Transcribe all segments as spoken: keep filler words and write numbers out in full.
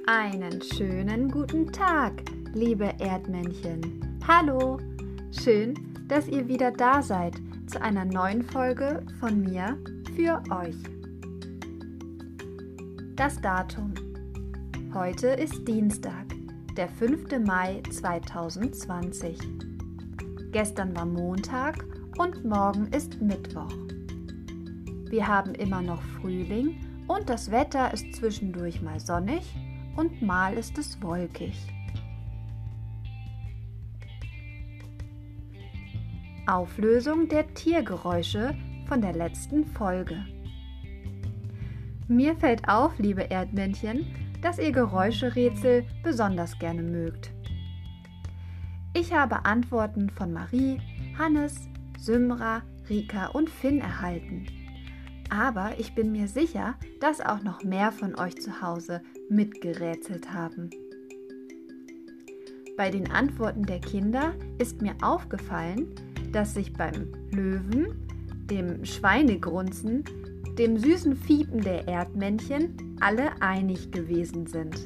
Einen schönen guten Tag, liebe Erdmännchen. Hallo, schön, dass ihr wieder da seid zu einer neuen Folge von mir für euch. Das Datum. Heute ist Dienstag, der fünfte Mai zweitausendzwanzig. Gestern war Montag und morgen ist Mittwoch. Wir haben immer noch Frühling und das Wetter ist zwischendurch mal sonnig und mal ist es wolkig. Auflösung der Tiergeräusche von der letzten Folge. Mir fällt auf, liebe Erdmännchen, dass ihr Geräuscherätsel besonders gerne mögt. Ich habe Antworten von Marie, Hannes, Symra, Rika und Finn erhalten. Aber ich bin mir sicher, dass auch noch mehr von euch zu Hause mitgerätselt haben. Bei den Antworten der Kinder ist mir aufgefallen, dass sich beim Löwen, dem Schweinegrunzen, dem süßen Fiepen der Erdmännchen alle einig gewesen sind.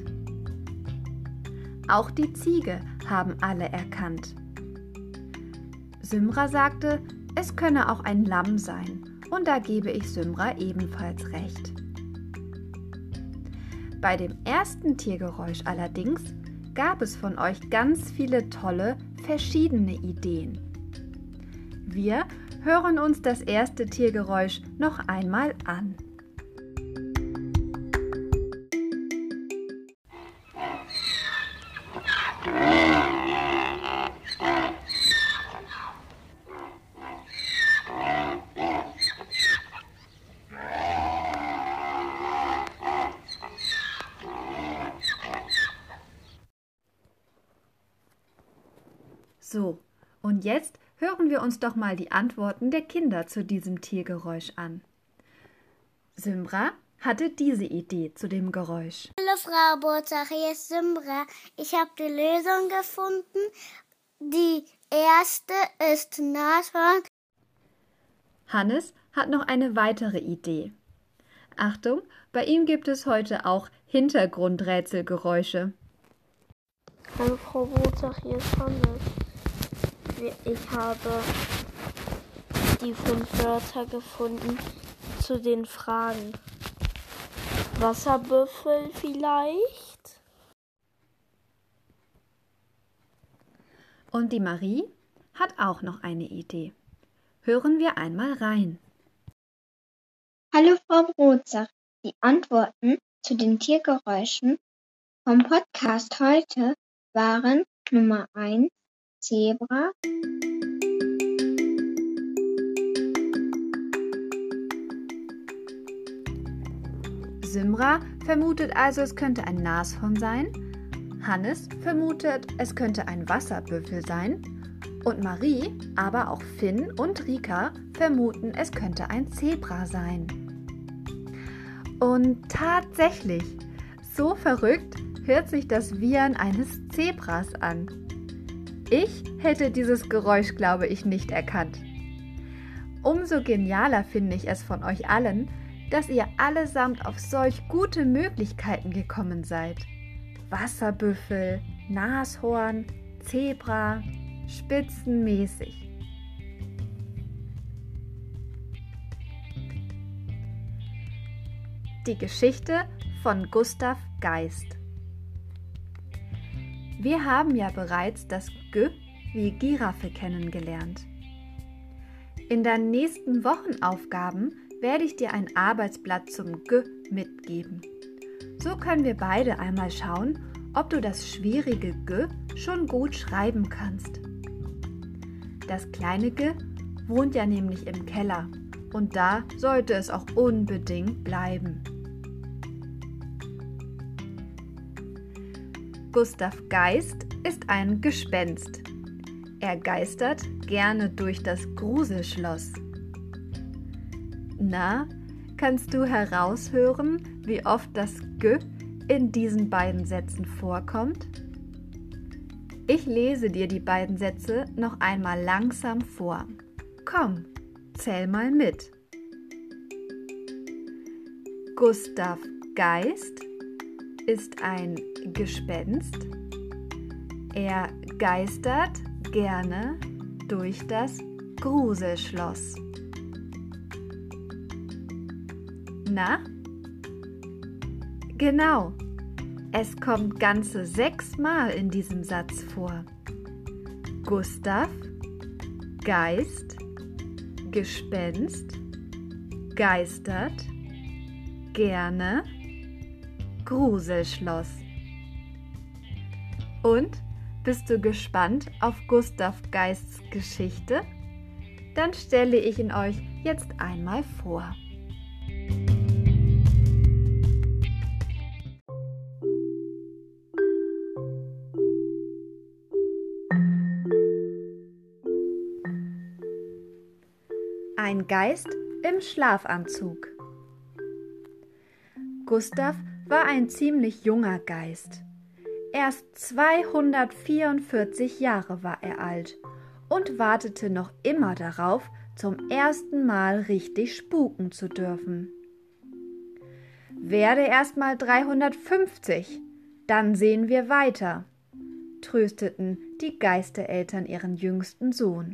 Auch die Ziege haben alle erkannt. Symra sagte, es könne auch ein Lamm sein. Und da gebe ich Symra ebenfalls recht. Bei dem ersten Tiergeräusch allerdings gab es von euch ganz viele tolle, verschiedene Ideen. Wir hören uns das erste Tiergeräusch noch einmal an. So, und jetzt hören wir uns doch mal die Antworten der Kinder zu diesem Tiergeräusch an. Symra hatte diese Idee zu dem Geräusch. Hallo Frau Bozach, hier ist Symra. Ich habe die Lösung gefunden. Die erste ist Nashorn. Hannes hat noch eine weitere Idee. Achtung, bei ihm gibt es heute auch Hintergrundrätselgeräusche. Hallo Frau Bozach, hier ist Hannes. Ich habe die fünf Wörter gefunden zu den Fragen. Wasserbüffel vielleicht? Und die Marie hat auch noch eine Idee. Hören wir einmal rein. Hallo Frau Bozach, die Antworten zu den Tiergeräuschen vom Podcast heute waren Nummer eins Zebra, Symra vermutet also, es könnte ein Nashorn sein. Hannes vermutet, es könnte ein Wasserbüffel sein. Und Marie, aber auch Finn und Rika vermuten, es könnte ein Zebra sein. Und tatsächlich, so verrückt hört sich das Wiehern eines Zebras an. Ich hätte dieses Geräusch, glaube ich, nicht erkannt. Umso genialer finde ich es von euch allen, dass ihr allesamt auf solch gute Möglichkeiten gekommen seid. Wasserbüffel, Nashorn, Zebra, spitzenmäßig. Die Geschichte von Gustav Geist. Wir haben ja bereits das G wie Giraffe kennengelernt. In deinen nächsten Wochenaufgaben werde ich dir ein Arbeitsblatt zum G mitgeben. So können wir beide einmal schauen, ob du das schwierige G schon gut schreiben kannst. Das kleine G wohnt ja nämlich im Keller und da sollte es auch unbedingt bleiben. Gustav Geist ist ein Gespenst. Er geistert gerne durch das Gruselschloss. Na, kannst du heraushören, wie oft das G in diesen beiden Sätzen vorkommt? Ich lese dir die beiden Sätze noch einmal langsam vor. Komm, zähl mal mit. Gustav Geist ist ein Gespenst. Er geistert gerne durch das Gruselschloss. Na? Genau, es kommt ganze sechsmal in diesem Satz vor. Gustav, Geist, Gespenst, geistert, gerne, Gruselschloss. Und, bist du gespannt auf Gustav Geists Geschichte? Dann stelle ich ihn euch jetzt einmal vor. Ein Geist im Schlafanzug. Gustav war ein ziemlich junger Geist. Erst zweihundertvierundvierzig Jahre war er alt und wartete noch immer darauf, zum ersten Mal richtig spuken zu dürfen. Werde erst mal dreihundertfünfzig, dann sehen wir weiter, trösteten die Geistereltern ihren jüngsten Sohn.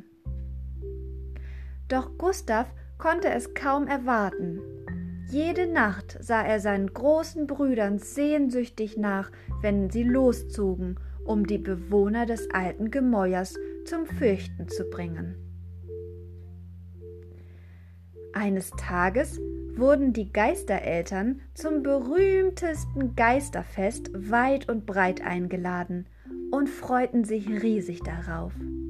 Doch Gustav konnte es kaum erwarten. Jede Nacht sah er seinen großen Brüdern sehnsüchtig nach, wenn sie loszogen, um die Bewohner des alten Gemäuers zum Fürchten zu bringen. Eines Tages wurden die Geistereltern zum berühmtesten Geisterfest weit und breit eingeladen und freuten sich riesig darauf.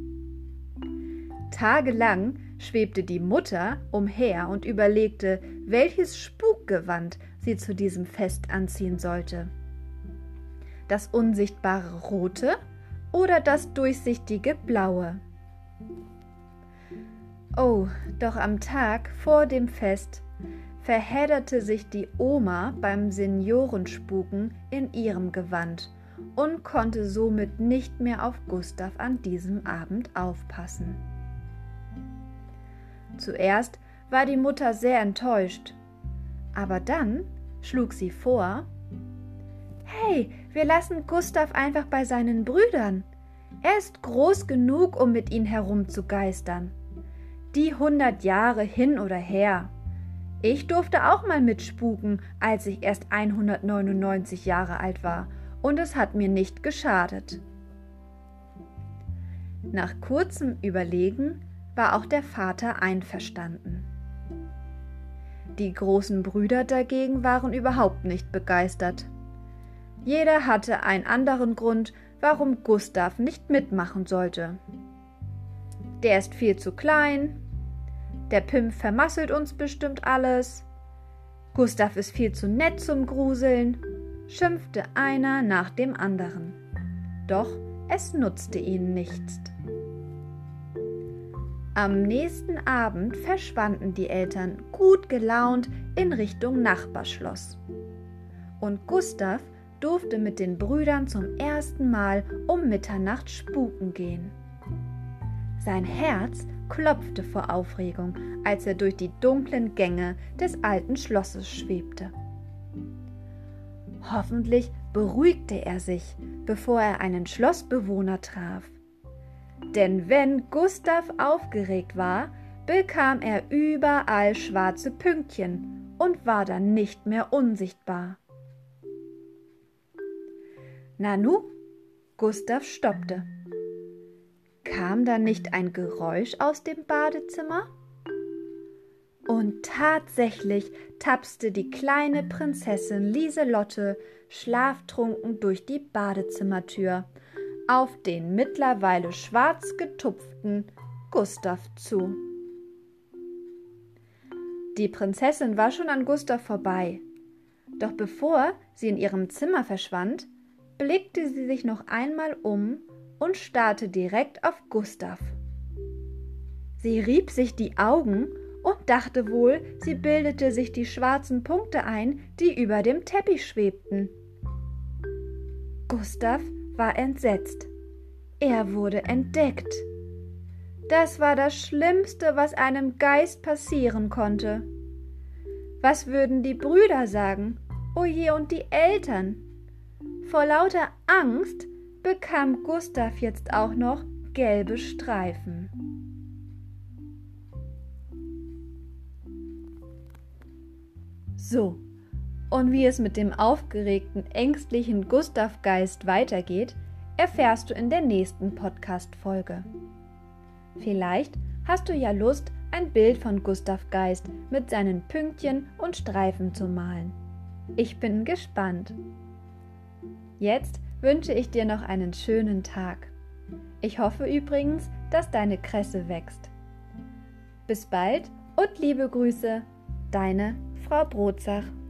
Tagelang schwebte die Mutter umher und überlegte, welches Spukgewand sie zu diesem Fest anziehen sollte. Das unsichtbare Rote oder das durchsichtige Blaue? Oh, doch am Tag vor dem Fest verhedderte sich die Oma beim Seniorenspuken in ihrem Gewand und konnte somit nicht mehr auf Gustav an diesem Abend aufpassen. Zuerst war die Mutter sehr enttäuscht, aber dann schlug sie vor: Hey, wir lassen Gustav einfach bei seinen Brüdern. Er ist groß genug, um mit ihnen herumzugeistern. Die hundert Jahre hin oder her. Ich durfte auch mal mitspuken, als ich erst hundertneunundneunzig Jahre alt war, und es hat mir nicht geschadet. Nach kurzem Überlegen war auch der Vater einverstanden. Die großen Brüder dagegen waren überhaupt nicht begeistert. Jeder hatte einen anderen Grund, warum Gustav nicht mitmachen sollte. Der ist viel zu klein, der Pimpf vermasselt uns bestimmt alles, Gustav ist viel zu nett zum Gruseln, schimpfte einer nach dem anderen. Doch es nutzte ihnen nichts. Am nächsten Abend verschwanden die Eltern gut gelaunt in Richtung Nachbarschloss. Und Gustav durfte mit den Brüdern zum ersten Mal um Mitternacht spuken gehen. Sein Herz klopfte vor Aufregung, als er durch die dunklen Gänge des alten Schlosses schwebte. Hoffentlich beruhigte er sich, bevor er einen Schlossbewohner traf. Denn wenn Gustav aufgeregt war, bekam er überall schwarze Pünktchen und war dann nicht mehr unsichtbar. Nanu, Gustav stoppte. Kam da nicht ein Geräusch aus dem Badezimmer? Und tatsächlich tapste die kleine Prinzessin Lieselotte schlaftrunken durch die Badezimmertür auf den mittlerweile schwarz getupften Gustav zu. Die Prinzessin war schon an Gustav vorbei, doch bevor sie in ihrem Zimmer verschwand, blickte sie sich noch einmal um und starrte direkt auf Gustav. Sie rieb sich die Augen und dachte wohl, sie bildete sich die schwarzen Punkte ein, die über dem Teppich schwebten. Gustav war entsetzt. Er wurde entdeckt. Das war das Schlimmste, was einem Geist passieren konnte. Was würden die Brüder sagen? Oje, und die Eltern? Vor lauter Angst bekam Gustav jetzt auch noch gelbe Streifen. So, und wie es mit dem aufgeregten, ängstlichen Gustav-Geist weitergeht, erfährst du in der nächsten Podcast-Folge. Vielleicht hast du ja Lust, ein Bild von Gustav Geist mit seinen Pünktchen und Streifen zu malen. Ich bin gespannt. Jetzt wünsche ich dir noch einen schönen Tag. Ich hoffe übrigens, dass deine Kresse wächst. Bis bald und liebe Grüße, deine Frau Brotzach.